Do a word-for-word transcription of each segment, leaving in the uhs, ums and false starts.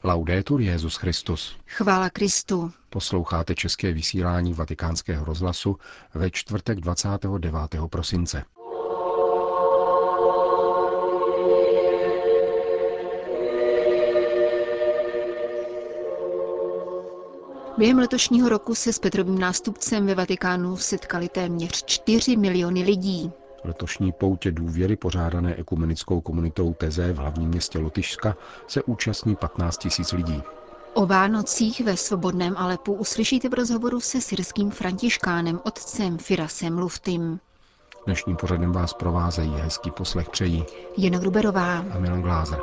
Laudetur Jesus Christus. Chvála Kristu. Posloucháte české vysílání Vatikánského rozhlasu ve čtvrtek dvacátého devátého prosince. Během letošního roku se s Petrovým nástupcem ve Vatikánu setkali téměř čtyři miliony lidí. Letošní poutě důvěry pořádané ekumenickou komunitou Teze v hlavním městě Lotyšska se účastní patnáct tisíc lidí. O Vánocích ve svobodném Alepu uslyšíte v rozhovoru se syrským františkánem otcem Firasem Luftym. Dnešním pořadem vás provázejí hezký poslech přejí Jana Gruberová a Milan Glázer.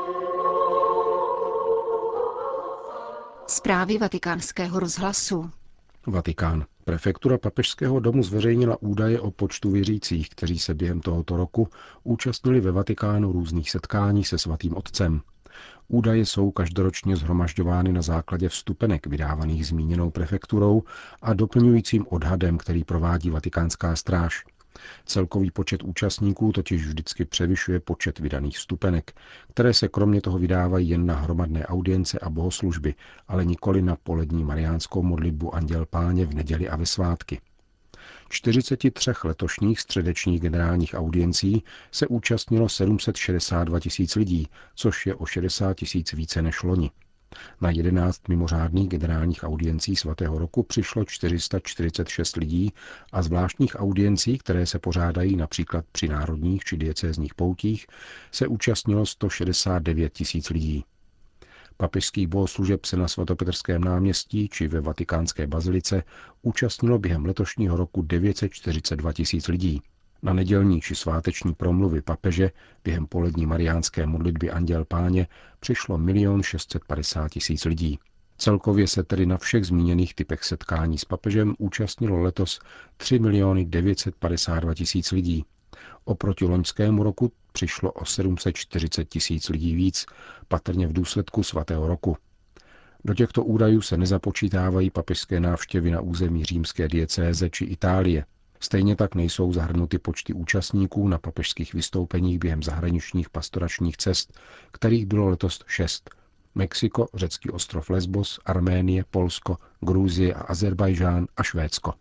Zprávy Vatikánského rozhlasu. Vatikán. Prefektura Papežského domu zveřejnila údaje o počtu věřících, kteří se během tohoto roku účastnili ve Vatikánu různých setkání se Svatým Otcem. Údaje jsou každoročně shromažďovány na základě vstupenek vydávaných zmíněnou prefekturou a doplňujícím odhadem, který provádí Vatikánská stráž. Celkový počet účastníků totiž vždycky převyšuje počet vydaných vstupenek, které se kromě toho vydávají jen na hromadné audience a bohoslužby, ale nikoli na polední mariánskou modlitbu Anděl Páně v neděli a ve svátky. čtyřicet tři letošních středečních generálních audiencí se účastnilo sedm set šedesát dva tisíc lidí, což je o šedesát tisíc více než loni. Na jedenáct mimořádných generálních audiencí svatého roku přišlo čtyři sta čtyřicet šest lidí a zvláštních audiencí, které se pořádají například při národních či diecézních poutích, se účastnilo sto šedesát devět tisíc lidí. Papežských bohoslužeb se na svatopetrském náměstí či ve vatikánské bazilice účastnilo během letošního roku devět set čtyřicet dva tisíc lidí. Na nedělní či sváteční promluvy papeže během polední mariánské modlitby Anděl Páně přišlo milion šest set padesát tisíc lidí. Celkově se tedy na všech zmíněných typech setkání s papežem účastnilo letos tři miliony devět set padesát dva tisíc lidí. Oproti loňskému roku přišlo o sedm set čtyřicet tisíc lidí víc, patrně v důsledku svatého roku. Do těchto údajů se nezapočítávají papežské návštěvy na území římské diecéze či Itálie. Stejně tak nejsou zahrnuty počty účastníků na papežských vystoupeních během zahraničních pastoračních cest, kterých bylo letos šest. Mexiko, řecký ostrov Lesbos, Arménie, Polsko, Gruzie a Azerbajdžán a Švédsko.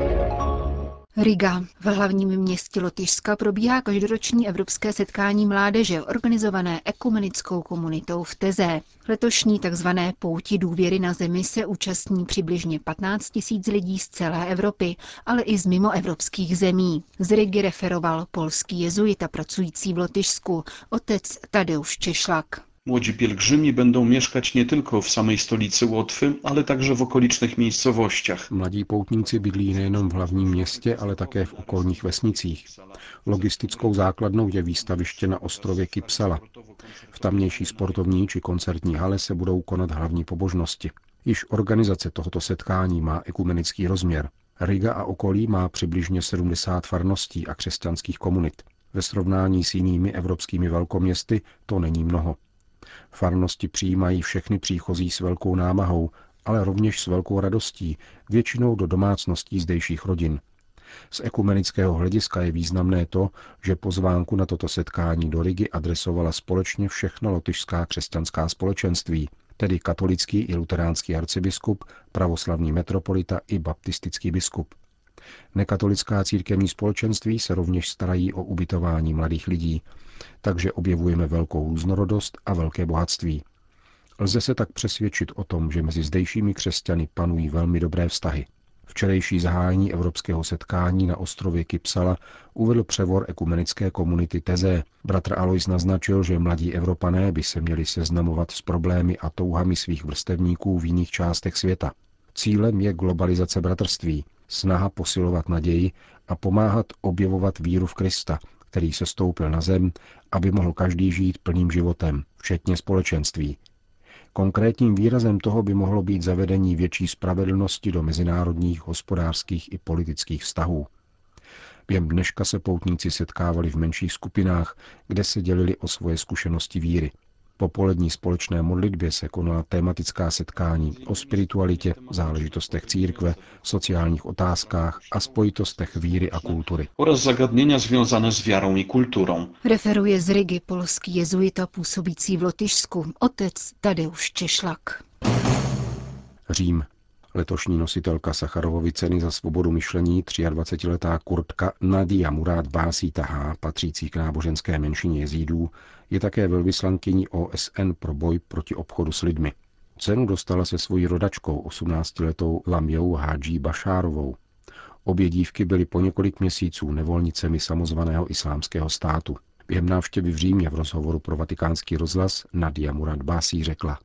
Riga. V hlavním městě Lotyšska probíhá každoroční evropské setkání mládeže organizované ekumenickou komunitou v Teze. Letošní tzv. Pouti důvěry na zemi se účastní přibližně patnáct tisíc lidí z celé Evropy, ale i z mimoevropských zemí. Z Rigy referoval polský jezuita pracující v Lotyšsku, otec Tadeusz Češlak. Młodzi pielgrzymi będą mieszkać nie tylko w samej stolicy Łotwy, ale także w okolicznych miejscowościach. Mladí poutníci bydlí nejenom v hlavním městě, ale také v okolních vesnicích. Logistickou základnou je výstaviště na ostrově Kypsala. V tamnější sportovní či koncertní hale se budou konat hlavní pobožnosti. Již organizace tohoto setkání má ekumenický rozměr. Riga a okolí má přibližně sedmdesát farností a křesťanských komunit. Ve srovnání s jinými evropskými velkoměsty to není mnoho. Farnosti přijímají všechny příchozí s velkou námahou, ale rovněž s velkou radostí, většinou do domácností zdejších rodin. Z ekumenického hlediska je významné to, že pozvánku na toto setkání do Rigy adresovala společně všechna lotyšská křesťanská společenství, tedy katolický i luteránský arcibiskup, pravoslavný metropolita i baptistický biskup. Nekatolická církevní společenství se rovněž starají o ubytování mladých lidí, takže objevujeme velkou různorodost a velké bohatství. Lze se tak přesvědčit o tom, že mezi zdejšími křesťany panují velmi dobré vztahy. Včerejší zahájení evropského setkání na ostrově Kypsala uvedl převor ekumenické komunity Teze. Bratr Alois naznačil, že mladí Evropané by se měli seznamovat s problémy a touhami svých vrstevníků v jiných částech světa. Cílem je globalizace bratrství, snaha posilovat naději a pomáhat objevovat víru v Krista, který se stoupil na zem, aby mohl každý žít plným životem, včetně společenství. Konkrétním výrazem toho by mohlo být zavedení větší spravedlnosti do mezinárodních, hospodářských i politických vztahů. Během dneška se poutníci setkávali v menších skupinách, kde se dělili o svoje zkušenosti víry. Po polední společné modlitbě se konala tematická setkání o spiritualitě, záležitostech církve, sociálních otázkách a spojitostech víry a kultury. Oraz zagadnienia związane z wiarą i kulturą. Referuje z Rigy polský jezuita působící v Lotyšsku, otec Tadeusz Češlak. Řím. Letošní nositelka Sacharovovy ceny za svobodu myšlení, dvacetiletá Kurdka Nadia Murad Básí Tahá, patřící k náboženské menšině jezídů, je také velvyslankyní O S N pro boj proti obchodu s lidmi. Cenu dostala se svojí rodačkou, osmnáctiletou Lamjou Hádží Bašárovou. Obě dívky byly po několik měsíců nevolnicemi samozvaného islámského státu. Během návštěvy v Římě v rozhovoru pro Vatikánský rozhlas Nadia Murad Básí řekla: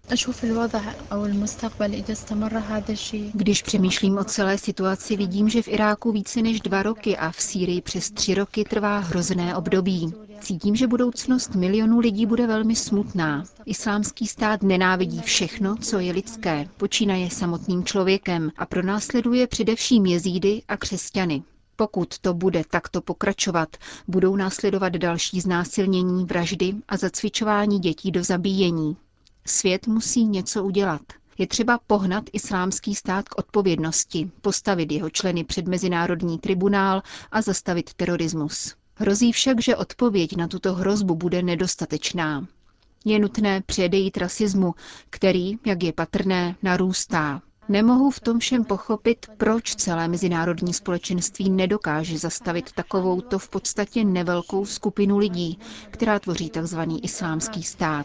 Když přemýšlím o celé situaci, vidím, že v Iráku více než dva roky a v Sýrii přes tři roky trvá hrozné období. Cítím, že budoucnost milionů lidí bude velmi smutná. Islámský stát nenávidí všechno, co je lidské, počínaje samotným člověkem a pronásleduje především jezídy a křesťany. Pokud to bude takto pokračovat, budou následovat další znásilnění, vraždy a zacvičování dětí do zabíjení. Svět musí něco udělat. Je třeba pohnat islámský stát k odpovědnosti, postavit jeho členy před mezinárodní tribunál a zastavit terorismus. Hrozí však, že odpověď na tuto hrozbu bude nedostatečná. Je nutné předejít rasismu, který, jak je patrné, narůstá. Nemohu v tom všem pochopit, proč celé mezinárodní společenství nedokáže zastavit takovouto v podstatě nevelkou skupinu lidí, která tvoří tzv. Islámský stát.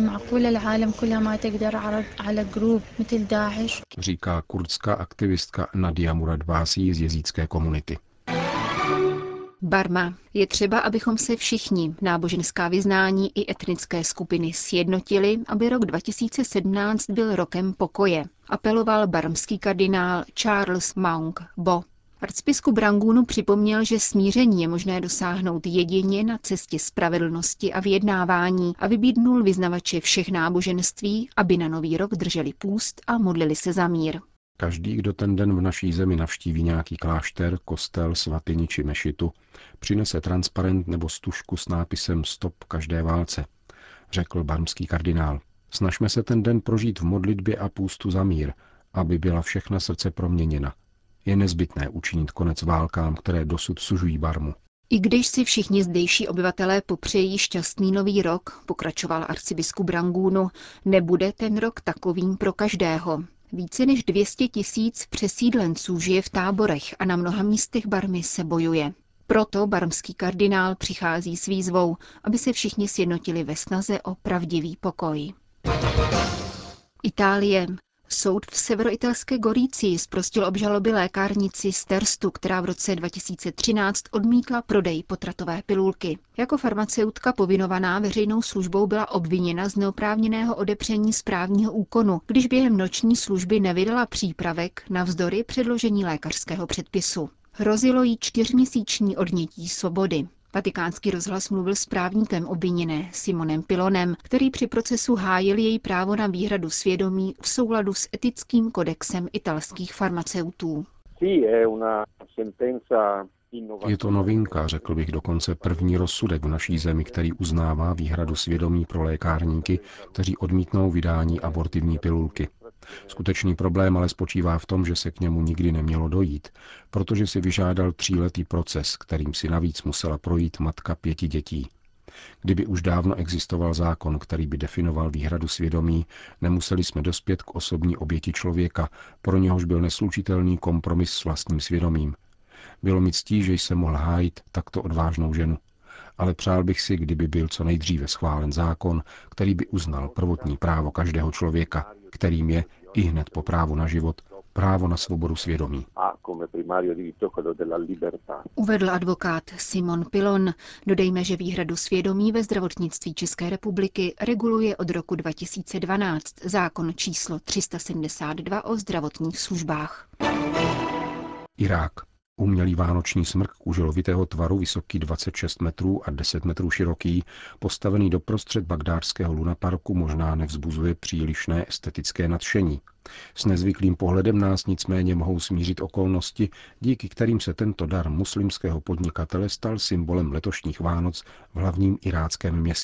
Říká kurdská aktivistka Nadia Murad Básí z jezídské komunity. Barma. Je třeba, abychom se všichni, náboženská vyznání i etnické skupiny, sjednotili, aby rok dva tisíce sedmnáct byl rokem pokoje, apeloval barmský kardinál Charles Maung Bo. Arcibiskup Rangunu připomněl, že smíření je možné dosáhnout jedině na cestě spravedlnosti a vyjednávání a vybídnul vyznavače všech náboženství, aby na nový rok drželi půst a modlili se za mír. Každý, kdo ten den v naší zemi navštíví nějaký klášter, kostel, svatyni či mešitu, přinese transparent nebo stužku s nápisem Stop každé válce, řekl barmský kardinál. Snažme se ten den prožít v modlitbě a půstu za mír, aby byla všechna srdce proměněna. Je nezbytné učinit konec válkám, které dosud sužují Barmu. I když si všichni zdejší obyvatelé popřejí šťastný nový rok, pokračoval arcibiskup Rangunu, nebude ten rok takovým pro každého. Více než dvě stě tisíc přesídlenců žije v táborech a na mnoha místech Barmy se bojuje. Proto barmský kardinál přichází s výzvou, aby se všichni sjednotili ve snaze o pravdivý pokoj. Itálie. Soud v severoitalské Gorícii zprostil obžaloby lékárnici z Terstu, která v roce dva tisíce třináct odmítla prodej potratové pilulky. Jako farmaceutka povinovaná veřejnou službou byla obviněna z neoprávněného odepření správního úkonu, když během noční služby nevydala přípravek navzdory předložení lékařského předpisu. Hrozilo jí čtyřměsíční odnětí svobody. Vatikánský rozhlas mluvil s právníkem obviněné Simonem Pilonem, který při procesu hájil její právo na výhradu svědomí v souladu s etickým kodexem italských farmaceutů. Je to novinka, řekl bych dokonce první rozsudek v naší zemi, který uznává výhradu svědomí pro lékárníky, kteří odmítnou vydání abortivní pilulky. Skutečný problém ale spočívá v tom, že se k němu nikdy nemělo dojít, protože si vyžádal tříletý proces, kterým si navíc musela projít matka pěti dětí. Kdyby už dávno existoval zákon, který by definoval výhradu svědomí, nemuseli jsme dospět k osobní oběti člověka, pro něhož byl neslučitelný kompromis s vlastním svědomím. Bylo mi ctí, že jsem mohl hájit takto odvážnou ženu. Ale přál bych si, kdyby byl co nejdříve schválen zákon, který by uznal prvotní právo každého člověka, kterým je, i hned po právu na život, právo na svobodu svědomí. Uvedl advokát Simon Pilon. Dodejme, že výhradu svědomí ve zdravotnictví České republiky reguluje od roku dva tisíce dvanáct zákon číslo tři sta sedmdesát dva o zdravotních službách. Irák. Umělý vánoční smrk kuželovitého tvaru, vysoký dvacet šest metrů a deset metrů široký, postavený doprostřed bagdádského lunaparku, možná nevzbuzuje přílišné estetické nadšení. S nezvyklým pohledem nás nicméně mohou smířit okolnosti, díky kterým se tento dar muslimského podnikatele stal symbolem letošních Vánoc v hlavním iráckém městě.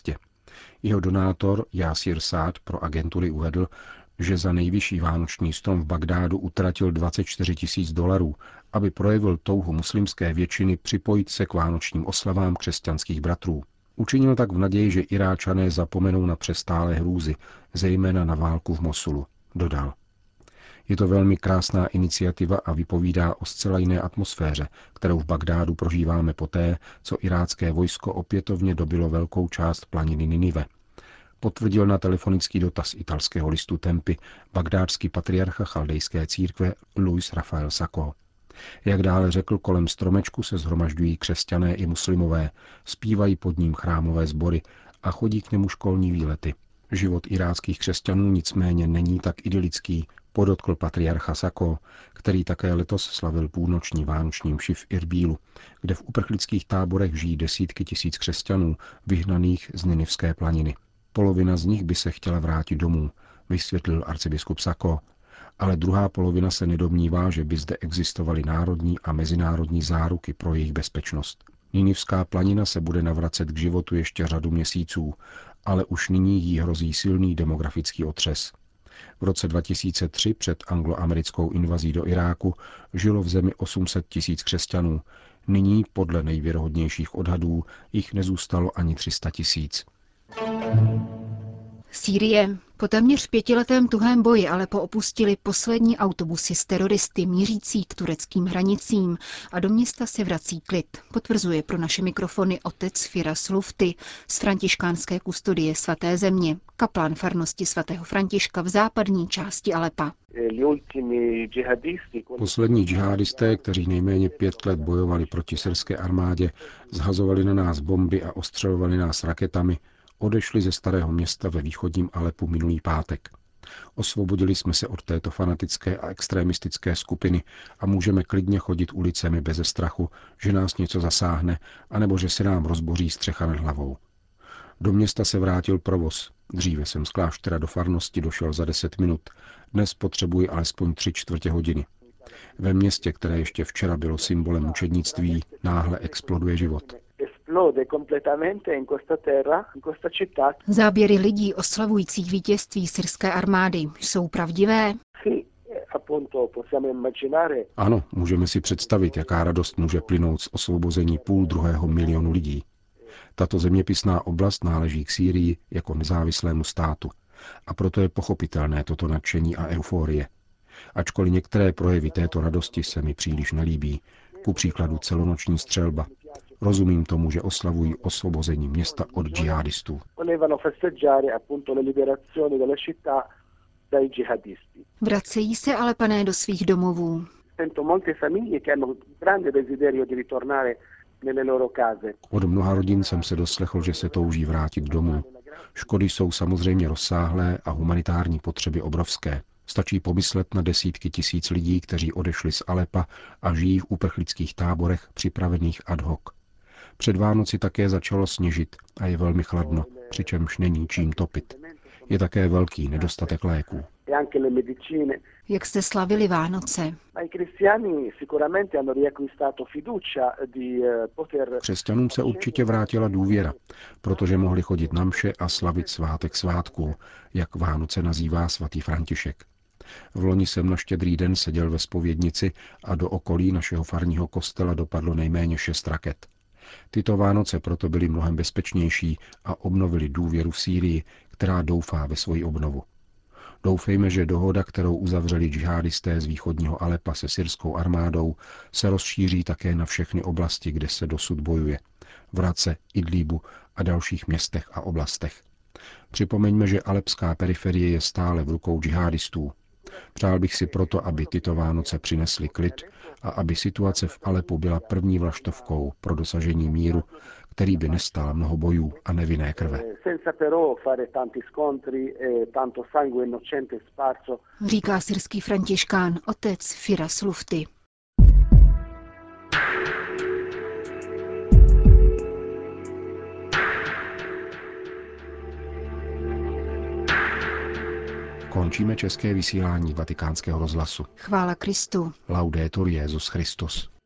Jeho donátor Jásir Sád pro agentury uvedl, že za nejvyšší vánoční strom v Bagdádu utratil dvacet čtyři tisíc dolarů, aby projevil touhu muslimské většiny připojit se k vánočním oslavám křesťanských bratrů. Učinil tak v naději, že Iráčané zapomenou na přestálé hrůzy, zejména na válku v Mosulu, dodal. Je to velmi krásná iniciativa a vypovídá o zcela jiné atmosféře, kterou v Bagdádu prožíváme poté, co irácké vojsko opětovně dobilo velkou část planiny Ninive. Potvrdil na telefonický dotaz italského listu Tempi bagdádský patriarcha chaldejské církve Luis Rafael Sacco. Jak dále řekl, kolem stromečku se shromažďují křesťané i muslimové, zpívají pod ním chrámové sbory a chodí k němu školní výlety. Život iráckých křesťanů nicméně není tak idylický, podotkl patriarcha Sacco, který také letos slavil půlnoční vánoční mši v Irbílu, kde v uprchlických táborech žijí desítky tisíc křesťanů, vyhnaných z Ninivské planiny. Polovina z nich by se chtěla vrátit domů, vysvětlil arcibiskup Sacco, ale druhá polovina se nedomnívá, že by zde existovaly národní a mezinárodní záruky pro jejich bezpečnost. Ninivská planina se bude navracet k životu ještě řadu měsíců, ale už nyní jí hrozí silný demografický otřes. V roce dva tisíce tři před angloamerickou invazí do Iráku žilo v zemi osm set tisíc křesťanů. Nyní, podle nejvěrohodnějších odhadů, jich nezůstalo ani tři sta tisíc. Sýrie. Po téměř pětiletém tuhém boji Aleppo opustili poslední autobusy s teroristy mířící k tureckým hranicím a do města se vrací klid, potvrzuje pro naše mikrofony otec Firas Lufty z františkánské kustodie svaté země, kaplán farnosti svatého Františka v západní části Aleppa. Poslední džihadisté, kteří nejméně pět let bojovali proti syrské armádě, zhazovali na nás bomby a ostřelovali nás raketami, odešli ze starého města ve východním Aleppu minulý pátek. Osvobodili jsme se od této fanatické a extremistické skupiny a můžeme klidně chodit ulicemi beze strachu, že nás něco zasáhne, anebo že se nám rozboří střecha nad hlavou. Do města se vrátil provoz. Dříve jsem z kláštera do farnosti došel za deset minut, dnes potřebuji alespoň tři čtvrtě hodiny. Ve městě, které ještě včera bylo symbolem mučednictví, náhle exploduje život. Záběry lidí oslavujících vítězství syrské armády jsou pravdivé? Ano, můžeme si představit, jaká radost může plynout z osvobození půl druhého milionu lidí. Tato zeměpisná oblast náleží k Sýrii jako nezávislému státu a proto je pochopitelné toto nadšení a euforie. Ačkoliv některé projevy této radosti se mi příliš nelíbí, ku příkladu celonoční střelba, rozumím tomu, že oslavují osvobození města od džihadistů. Vracejí se Alepané do svých domovů. Od mnoha rodin jsem se doslechl, že se touží vrátit domů. Škody jsou samozřejmě rozsáhlé a humanitární potřeby obrovské. Stačí pomyslet na desítky tisíc lidí, kteří odešli z Aleppa a žijí v uprchlických táborech připravených ad hoc. Před Vánoci také začalo sněžit a je velmi chladno, přičemž není čím topit. Je také velký nedostatek léků. Jak jste slavili Vánoce? Křesťanům se určitě vrátila důvěra, protože mohli chodit na mše a slavit svátek svátků, jak Vánoce nazývá svatý František. V loni jsem na Štědrý den seděl ve zpovědnici a do okolí našeho farního kostela dopadlo nejméně šest raket. Tyto Vánoce proto byly mnohem bezpečnější a obnovili důvěru v Sýrii, která doufá ve svoji obnovu. Doufejme, že dohoda, kterou uzavřeli džihadisté z východního Aleppa se syrskou armádou, se rozšíří také na všechny oblasti, kde se dosud bojuje. V Race, Idlíbu a dalších městech a oblastech. Připomeňme, že alepská periferie je stále v rukou džihadistů. Přál bych si proto, aby tyto Vánoce přinesly klid a aby situace v Aleppu byla první vlaštovkou pro dosažení míru, který by nestál mnoho bojů a nevinné krve. Říká syrský františkán otec Firas Lufty. Končíme české vysílání Vatikánského rozhlasu. Chvála Kristu. Laudetur Jesus Christus.